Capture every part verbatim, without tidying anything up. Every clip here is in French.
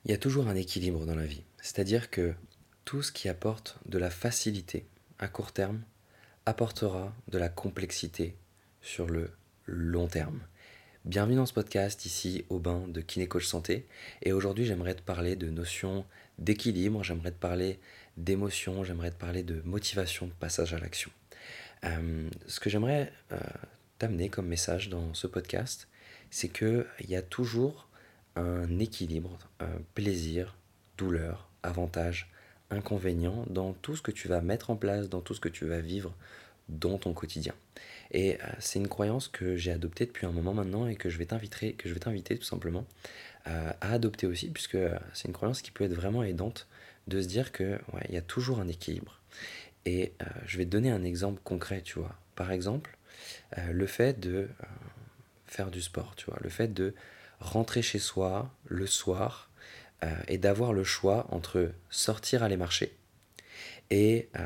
Il y a toujours un équilibre dans la vie. C'est-à-dire que tout ce qui apporte de la facilité à court terme apportera de la complexité sur le long terme. Bienvenue dans ce podcast, ici Aubin de Kinécoach Santé. Et aujourd'hui, j'aimerais te parler de notions d'équilibre, j'aimerais te parler d'émotion, j'aimerais te parler de motivation, de passage à l'action. Euh, ce que j'aimerais euh, t'amener comme message dans ce podcast, c'est qu'il y a toujours un équilibre, un plaisir, douleur, avantage, inconvénient dans tout ce que tu vas mettre en place, dans tout ce que tu vas vivre dans ton quotidien. Et euh, c'est une croyance que j'ai adoptée depuis un moment maintenant et que je vais t'inviter, que je vais t'inviter tout simplement euh, à adopter aussi, puisque euh, c'est une croyance qui peut être vraiment aidante de se dire que ouais, il y a toujours un équilibre. Et euh, je vais te donner un exemple concret, tu vois. Par exemple, euh, le fait de euh, faire du sport, tu vois. Le fait de rentrer chez soi le soir euh, et d'avoir le choix entre sortir aller marcher et euh,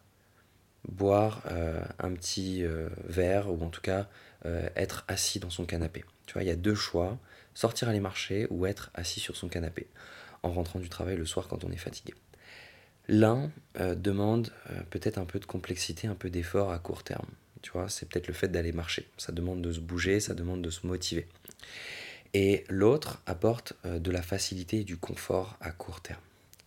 boire euh, un petit euh, verre ou en tout cas euh, être assis dans son canapé. Tu vois, il y a deux choix, sortir aller marcher ou être assis sur son canapé en rentrant du travail le soir quand on est fatigué. L'un euh, demande euh, peut-être un peu de complexité, un peu d'effort à court terme. Tu vois, c'est peut-être le fait d'aller marcher. Ça demande de se bouger, ça demande de se motiver. Et l'autre apporte euh, de la facilité et du confort à court terme.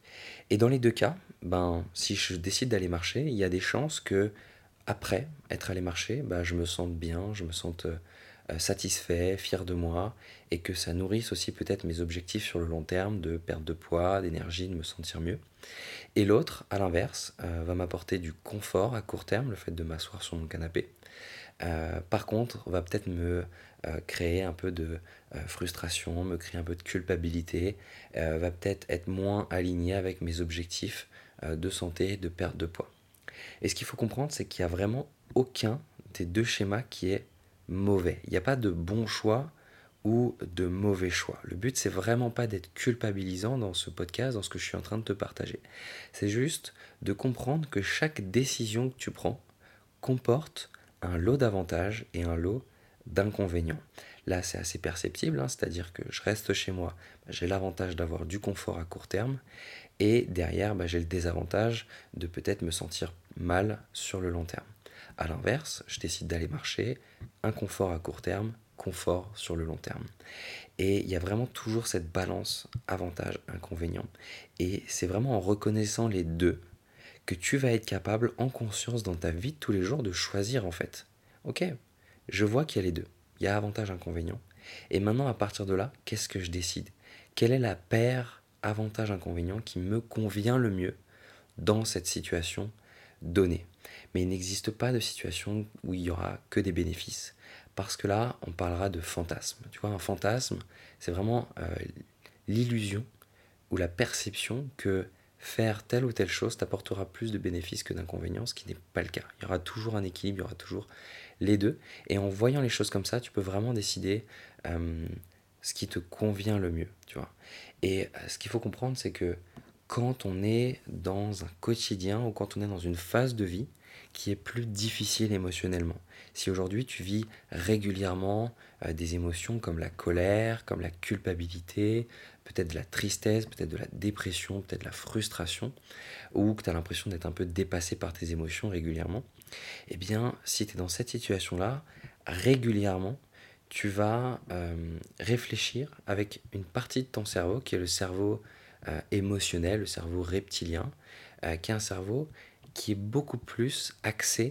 Et dans les deux cas, ben, si je décide d'aller marcher, il y a des chances que, après être allé marcher, ben, je me sente bien, je me sente euh, satisfait, fier de moi, et que ça nourrisse aussi peut-être mes objectifs sur le long terme de perte de poids, d'énergie, de me sentir mieux. Et l'autre, à l'inverse, euh, va m'apporter du confort à court terme, le fait de m'asseoir sur mon canapé. Euh, par contre, va peut-être me euh, créer un peu de euh, frustration, me créer un peu de culpabilité, euh, va peut-être être moins aligné avec mes objectifs euh, de santé, de perte de poids. Et ce qu'il faut comprendre, c'est qu'il n'y a vraiment aucun des deux schémas qui est mauvais. Il n'y a pas de bon choix ou de mauvais choix. Le but, c'est vraiment pas d'être culpabilisant dans ce podcast, dans ce que je suis en train de te partager. C'est juste de comprendre que chaque décision que tu prends comporte un lot d'avantages et un lot d'inconvénients. Là, c'est assez perceptible, hein, c'est-à-dire que je reste chez moi, bah, j'ai l'avantage d'avoir du confort à court terme, et derrière, bah, j'ai le désavantage de peut-être me sentir mal sur le long terme. A l'inverse, je décide d'aller marcher, inconfort à court terme, confort sur le long terme. Et il y a vraiment toujours cette balance avantage-inconvénient. Et c'est vraiment en reconnaissant les deux que tu vas être capable, en conscience, dans ta vie de tous les jours, de choisir en fait. Ok, je vois qu'il y a les deux. Il y a avantage-inconvénient. Et maintenant, à partir de là, qu'est-ce que je décide? Quelle est la paire avantage-inconvénient qui me convient le mieux dans cette situation donnée? Mais il n'existe pas de situation où il y aura que des bénéfices. Parce que là, on parlera de fantasme. Tu vois, un fantasme, c'est vraiment euh, l'illusion ou la perception que faire telle ou telle chose t'apportera plus de bénéfices que d'inconvénients, ce qui n'est pas le cas. Il y aura toujours un équilibre, il y aura toujours les deux. Et en voyant les choses comme ça, tu peux vraiment décider euh, ce qui te convient le mieux, tu vois. Et euh, ce qu'il faut comprendre, c'est que quand on est dans un quotidien ou quand on est dans une phase de vie qui est plus difficile émotionnellement, si aujourd'hui tu vis régulièrement euh, des émotions comme la colère, comme la culpabilité, peut-être de la tristesse, peut-être de la dépression, peut-être de la frustration, ou que tu as l'impression d'être un peu dépassé par tes émotions régulièrement, eh bien, si tu es dans cette situation-là, régulièrement, tu vas euh, réfléchir avec une partie de ton cerveau qui est le cerveau euh, émotionnel, le cerveau reptilien, euh, qui est un cerveau qui est beaucoup plus axé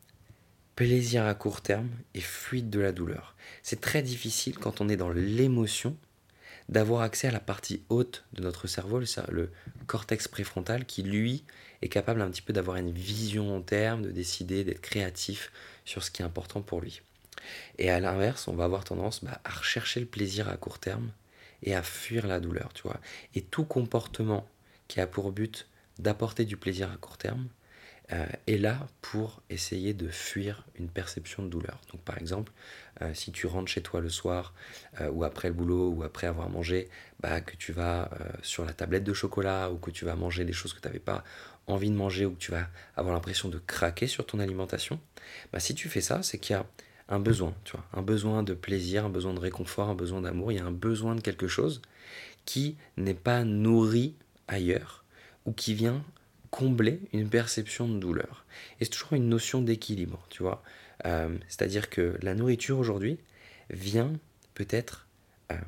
plaisir à court terme et fuite de la douleur. C'est très difficile quand on est dans l'émotion d'avoir accès à la partie haute de notre cerveau, le, le cortex préfrontal, qui lui est capable un petit peu d'avoir une vision long terme, de décider, d'être créatif sur ce qui est important pour lui. Et à l'inverse, on va avoir tendance bah, à rechercher le plaisir à court terme et à fuir la douleur, tu vois. Et tout comportement qui a pour but d'apporter du plaisir à court terme euh, est là pour essayer de fuir une perception de douleur. Donc par exemple, euh, si tu rentres chez toi le soir euh, ou après le boulot ou après avoir mangé, bah, que tu vas euh, sur la tablette de chocolat ou que tu vas manger des choses que tu n'avais pas envie de manger ou que tu vas avoir l'impression de craquer sur ton alimentation, bah, si tu fais ça, c'est qu'il y a un besoin, tu vois, un besoin de plaisir, un besoin de réconfort, un besoin d'amour, il y a un besoin de quelque chose qui n'est pas nourri ailleurs ou qui vient combler une perception de douleur. Et c'est toujours une notion d'équilibre, tu vois. Euh, c'est-à-dire que la nourriture aujourd'hui vient peut-être euh,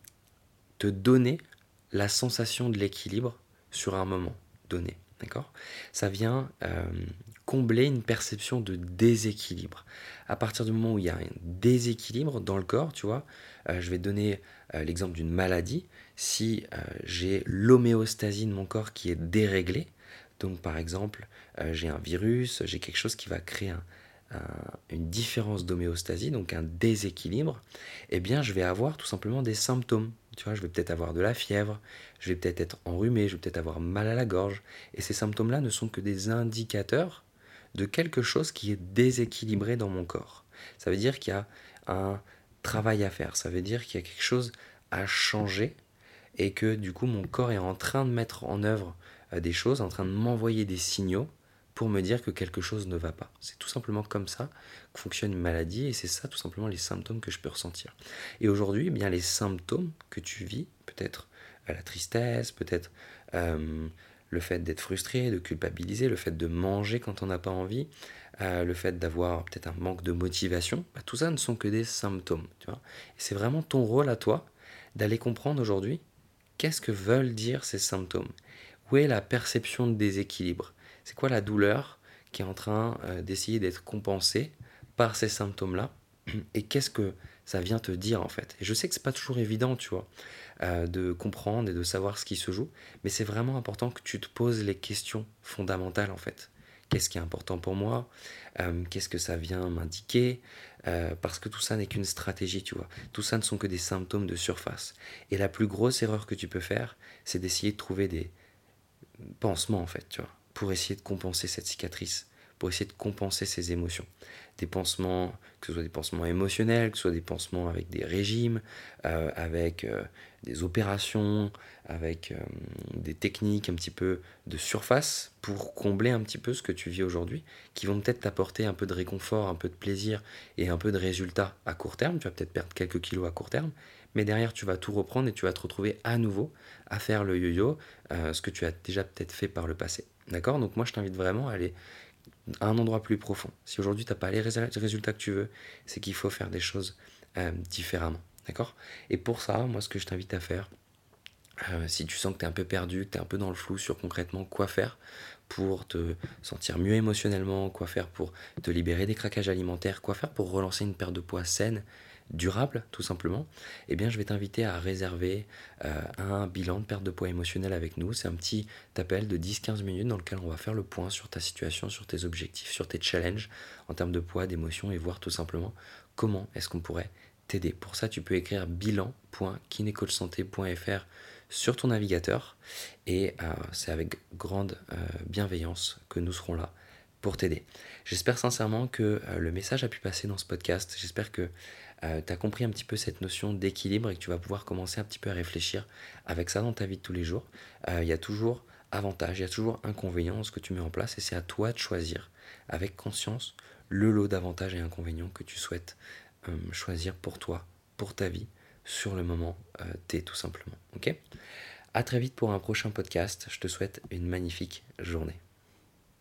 te donner la sensation de l'équilibre sur un moment donné. D'accord ? Ça vient euh, combler une perception de déséquilibre. À partir du moment où il y a un déséquilibre dans le corps, tu vois, euh, je vais donner euh, l'exemple d'une maladie. Si euh, j'ai l'homéostasie de mon corps qui est déréglée, donc par exemple, euh, j'ai un virus, j'ai quelque chose qui va créer un, un, une différence d'homéostasie, donc un déséquilibre, eh bien je vais avoir tout simplement des symptômes. Tu vois, je vais peut-être avoir de la fièvre, je vais peut-être être enrhumé, je vais peut-être avoir mal à la gorge. Et ces symptômes-là ne sont que des indicateurs de quelque chose qui est déséquilibré dans mon corps. Ça veut dire qu'il y a un travail à faire, ça veut dire qu'il y a quelque chose à changer et que du coup mon corps est en train de mettre en œuvre des choses, en train de m'envoyer des signaux pour me dire que quelque chose ne va pas. C'est tout simplement comme ça que fonctionne une maladie et c'est ça tout simplement les symptômes que je peux ressentir. Et aujourd'hui, eh bien les symptômes que tu vis, peut-être euh, la tristesse, peut-être euh, le fait d'être frustré, de culpabiliser, le fait de manger quand on n'a pas envie, euh, le fait d'avoir peut-être un manque de motivation, bah, tout ça ne sont que des symptômes. Tu vois. Et c'est vraiment ton rôle à toi d'aller comprendre aujourd'hui qu'est-ce que veulent dire ces symptômes. Où est la perception de déséquilibre? C'est quoi la douleur qui est en train euh, d'essayer d'être compensée par ces symptômes-là? Et qu'est-ce que ça vient te dire en fait? Et je sais que c'est pas toujours évident, tu vois, euh, de comprendre et de savoir ce qui se joue, mais c'est vraiment important que tu te poses les questions fondamentales en fait. Qu'est-ce qui est important pour moi? Euh, qu'est-ce que ça vient m'indiquer? Euh, parce que tout ça n'est qu'une stratégie, tu vois. Tout ça ne sont que des symptômes de surface. Et la plus grosse erreur que tu peux faire, c'est d'essayer de trouver des pansements, en fait, tu vois, pour essayer de compenser cette cicatrice, pour essayer de compenser ces émotions. Des pansements, que ce soit des pansements émotionnels, que ce soit des pansements avec des régimes, euh, avec euh, des opérations, avec euh, des techniques un petit peu de surface pour combler un petit peu ce que tu vis aujourd'hui, qui vont peut-être t'apporter un peu de réconfort, un peu de plaisir et un peu de résultat à court terme. Tu vas peut-être perdre quelques kilos à court terme, mais derrière tu vas tout reprendre et tu vas te retrouver à nouveau à faire le yo-yo, euh, ce que tu as déjà peut-être fait par le passé. D'accord? Donc moi je t'invite vraiment à aller à un endroit plus profond. Si aujourd'hui tu n'as pas les résultats que tu veux, c'est qu'il faut faire des choses euh, différemment. D'accord? Et pour ça, moi ce que je t'invite à faire, euh, si tu sens que tu es un peu perdu, que tu es un peu dans le flou sur concrètement quoi faire pour te sentir mieux émotionnellement, quoi faire pour te libérer des craquages alimentaires, quoi faire pour relancer une perte de poids saine, durable tout simplement, eh bien je vais t'inviter à réserver euh, un bilan de perte de poids émotionnel avec nous. C'est un petit appel de dix à quinze minutes dans lequel on va faire le point sur ta situation, sur tes objectifs, sur tes challenges en termes de poids, d'émotion et voir tout simplement comment est-ce qu'on pourrait t'aider. Pour ça, tu peux écrire bilan point kinécoachsanté point f r sur ton navigateur et euh, c'est avec grande euh, bienveillance que nous serons là pour t'aider. J'espère sincèrement que euh, le message a pu passer dans ce podcast. J'espère que euh, tu as compris un petit peu cette notion d'équilibre et que tu vas pouvoir commencer un petit peu à réfléchir avec ça dans ta vie de tous les jours. Il euh, y a toujours avantage, il y a toujours inconvénient dans ce que tu mets en place et c'est à toi de choisir avec conscience le lot d'avantages et inconvénients que tu souhaites euh, choisir pour toi, pour ta vie, sur le moment euh, T tout simplement. Ok ? À très vite pour un prochain podcast. Je te souhaite une magnifique journée.